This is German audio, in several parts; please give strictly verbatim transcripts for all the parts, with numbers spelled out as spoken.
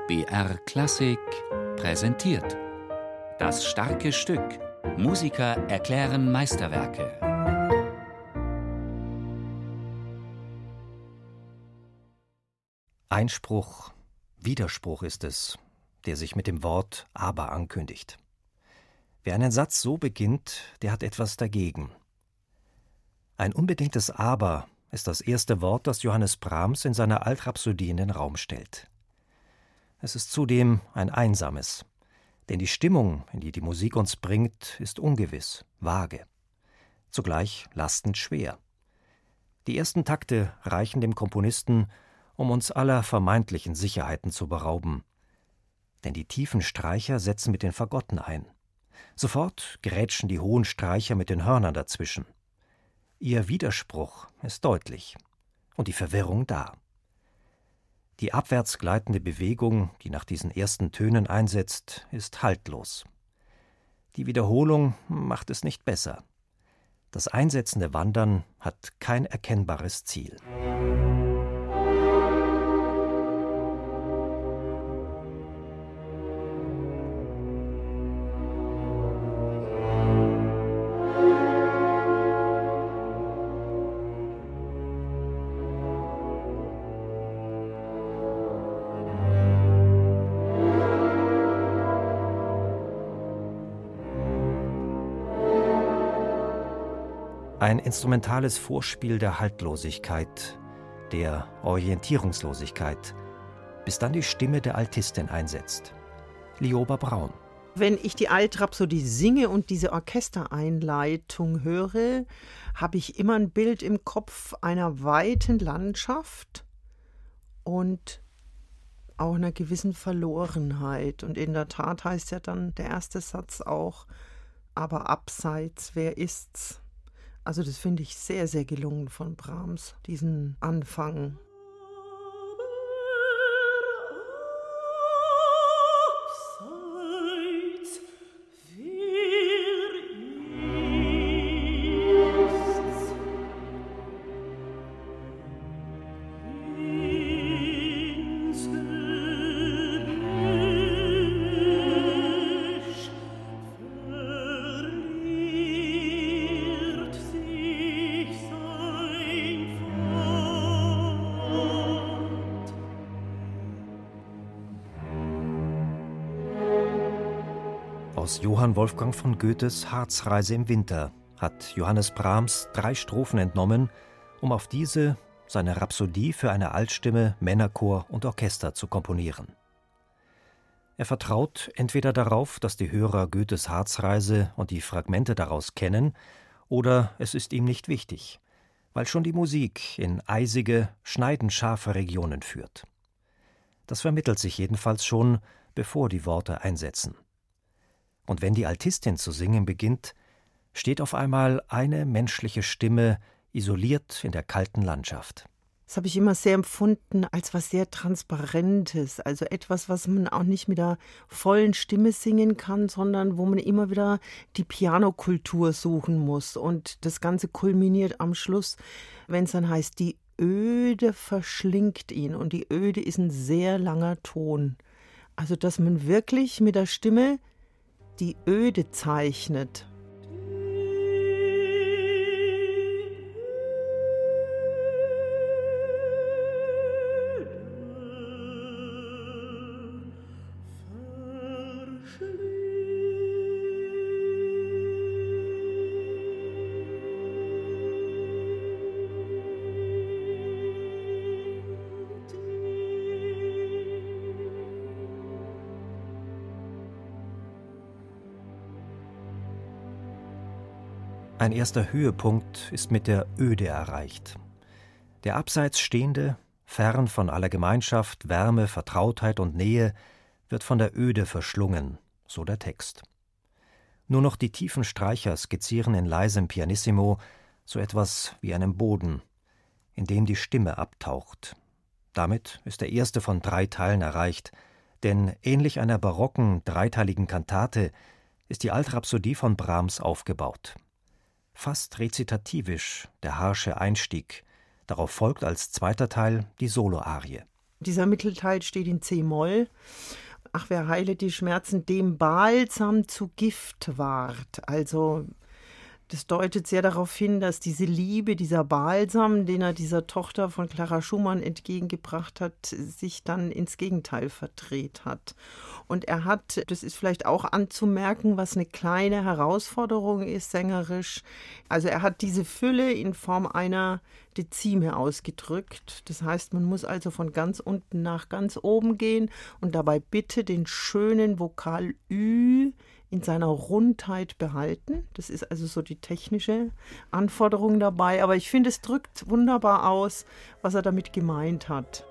B R Klassik präsentiert das starke Stück. Musiker erklären Meisterwerke. Einspruch, Widerspruch ist es, der sich mit dem Wort aber ankündigt. Wer einen Satz so beginnt, der hat etwas dagegen. Ein unbedingtes Aber ist das erste Wort, das Johannes Brahms in seiner Altrhapsodie in den Raum stellt. Es ist zudem ein einsames, denn die Stimmung, in die die Musik uns bringt, ist ungewiss, vage, zugleich lastend schwer. Die ersten Takte reichen dem Komponisten, um uns aller vermeintlichen Sicherheiten zu berauben. Denn die tiefen Streicher setzen mit den Fagotten ein. Sofort grätschen die hohen Streicher mit den Hörnern dazwischen. Ihr Widerspruch ist deutlich und die Verwirrung da. Die abwärts gleitende Bewegung, die nach diesen ersten Tönen einsetzt, ist haltlos. Die Wiederholung macht es nicht besser. Das einsetzende Wandern hat kein erkennbares Ziel. Ein instrumentales Vorspiel der Haltlosigkeit, der Orientierungslosigkeit, bis dann die Stimme der Altistin einsetzt. Lioba Braun. Wenn ich die Altrhapsodie singe und diese Orchestereinleitung höre, habe ich immer ein Bild im Kopf einer weiten Landschaft und auch einer gewissen Verlorenheit. Und in der Tat heißt ja dann der erste Satz auch, aber abseits, wer ist's? Also das finde ich sehr, sehr gelungen von Brahms, diesen Anfang. Aus Johann Wolfgang von Goethes Harzreise im Winter hat Johannes Brahms drei Strophen entnommen, um auf diese seine Rhapsodie für eine Altstimme, Männerchor und Orchester zu komponieren. Er vertraut entweder darauf, dass die Hörer Goethes Harzreise und die Fragmente daraus kennen, oder es ist ihm nicht wichtig, weil schon die Musik in eisige, schneidend scharfe Regionen führt. Das vermittelt sich jedenfalls schon, bevor die Worte einsetzen. Und wenn die Altistin zu singen beginnt, steht auf einmal eine menschliche Stimme isoliert in der kalten Landschaft. Das habe ich immer sehr empfunden als was sehr Transparentes, also etwas, was man auch nicht mit der vollen Stimme singen kann, sondern wo man immer wieder die Pianokultur suchen muss. Und das Ganze kulminiert am Schluss, wenn es dann heißt, die Öde verschlingt ihn. Und die Öde ist ein sehr langer Ton. Also dass man wirklich mit der Stimme die Öde zeichnet. Ein erster Höhepunkt ist mit der Öde erreicht. Der abseits Stehende, fern von aller Gemeinschaft, Wärme, Vertrautheit und Nähe, wird von der Öde verschlungen, so der Text. Nur noch die tiefen Streicher skizzieren in leisem Pianissimo so etwas wie einen Boden, in dem die Stimme abtaucht. Damit ist der erste von drei Teilen erreicht, denn ähnlich einer barocken, dreiteiligen Kantate ist die Altrhapsodie von Brahms aufgebaut. Fast rezitativisch der harsche Einstieg, darauf folgt als zweiter Teil die Soloarie. Dieser Mittelteil steht in C-Moll. Ach, wer heile die Schmerzen, dem Balsam zu Gift ward. Also das deutet sehr darauf hin, dass diese Liebe, dieser Balsam, den er dieser Tochter von Clara Schumann entgegengebracht hat, sich dann ins Gegenteil verdreht hat. Und er hat, das ist vielleicht auch anzumerken, was eine kleine Herausforderung ist, sängerisch. Also er hat diese Fülle in Form einer Dezime ausgedrückt. Das heißt, man muss also von ganz unten nach ganz oben gehen und dabei bitte den schönen Vokal Ü in seiner Rundheit behalten. Das ist also so die technische Anforderung dabei. Aber ich finde, es drückt wunderbar aus, was er damit gemeint hat.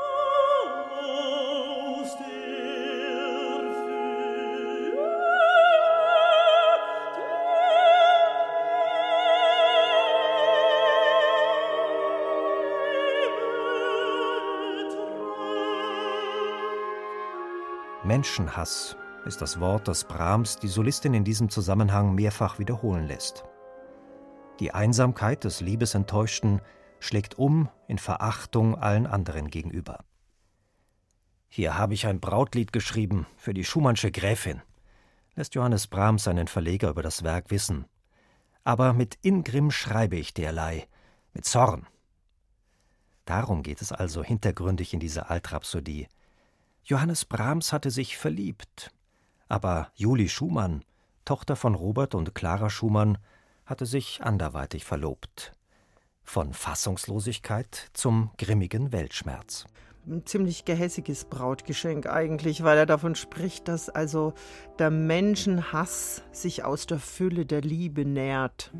Menschenhass ist das Wort, das Brahms die Solistin in diesem Zusammenhang mehrfach wiederholen lässt. Die Einsamkeit des Liebesenttäuschten schlägt um in Verachtung allen anderen gegenüber. »Hier habe ich ein Brautlied geschrieben für die Schumannsche Gräfin«, lässt Johannes Brahms seinen Verleger über das Werk wissen. »Aber mit Ingrimm schreibe ich derlei, mit Zorn.« Darum geht es also hintergründig in dieser Altrhapsodie. Johannes Brahms hatte sich verliebt, aber Julie Schumann, Tochter von Robert und Clara Schumann, hatte sich anderweitig verlobt. Von Fassungslosigkeit zum grimmigen Weltschmerz. Ein ziemlich gehässiges Brautgeschenk eigentlich, weil er davon spricht, dass also der Menschenhass sich aus der Fülle der Liebe nährt.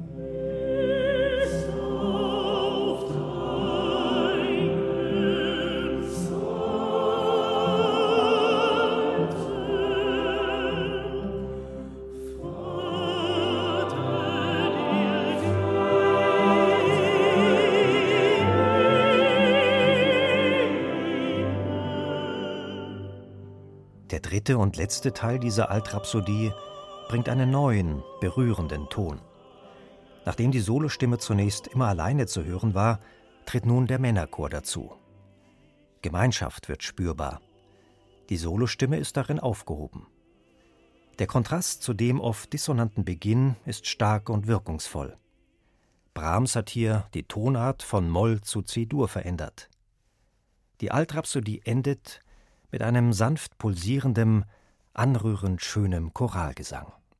Der dritte und letzte Teil dieser Altrhapsodie bringt einen neuen, berührenden Ton. Nachdem die Solostimme zunächst immer alleine zu hören war, tritt nun der Männerchor dazu. Gemeinschaft wird spürbar. Die Solostimme ist darin aufgehoben. Der Kontrast zu dem oft dissonanten Beginn ist stark und wirkungsvoll. Brahms hat hier die Tonart von Moll zu C-Dur verändert. Die Altrhapsodie endet mit einem sanft pulsierendem, anrührend schönem Choralgesang.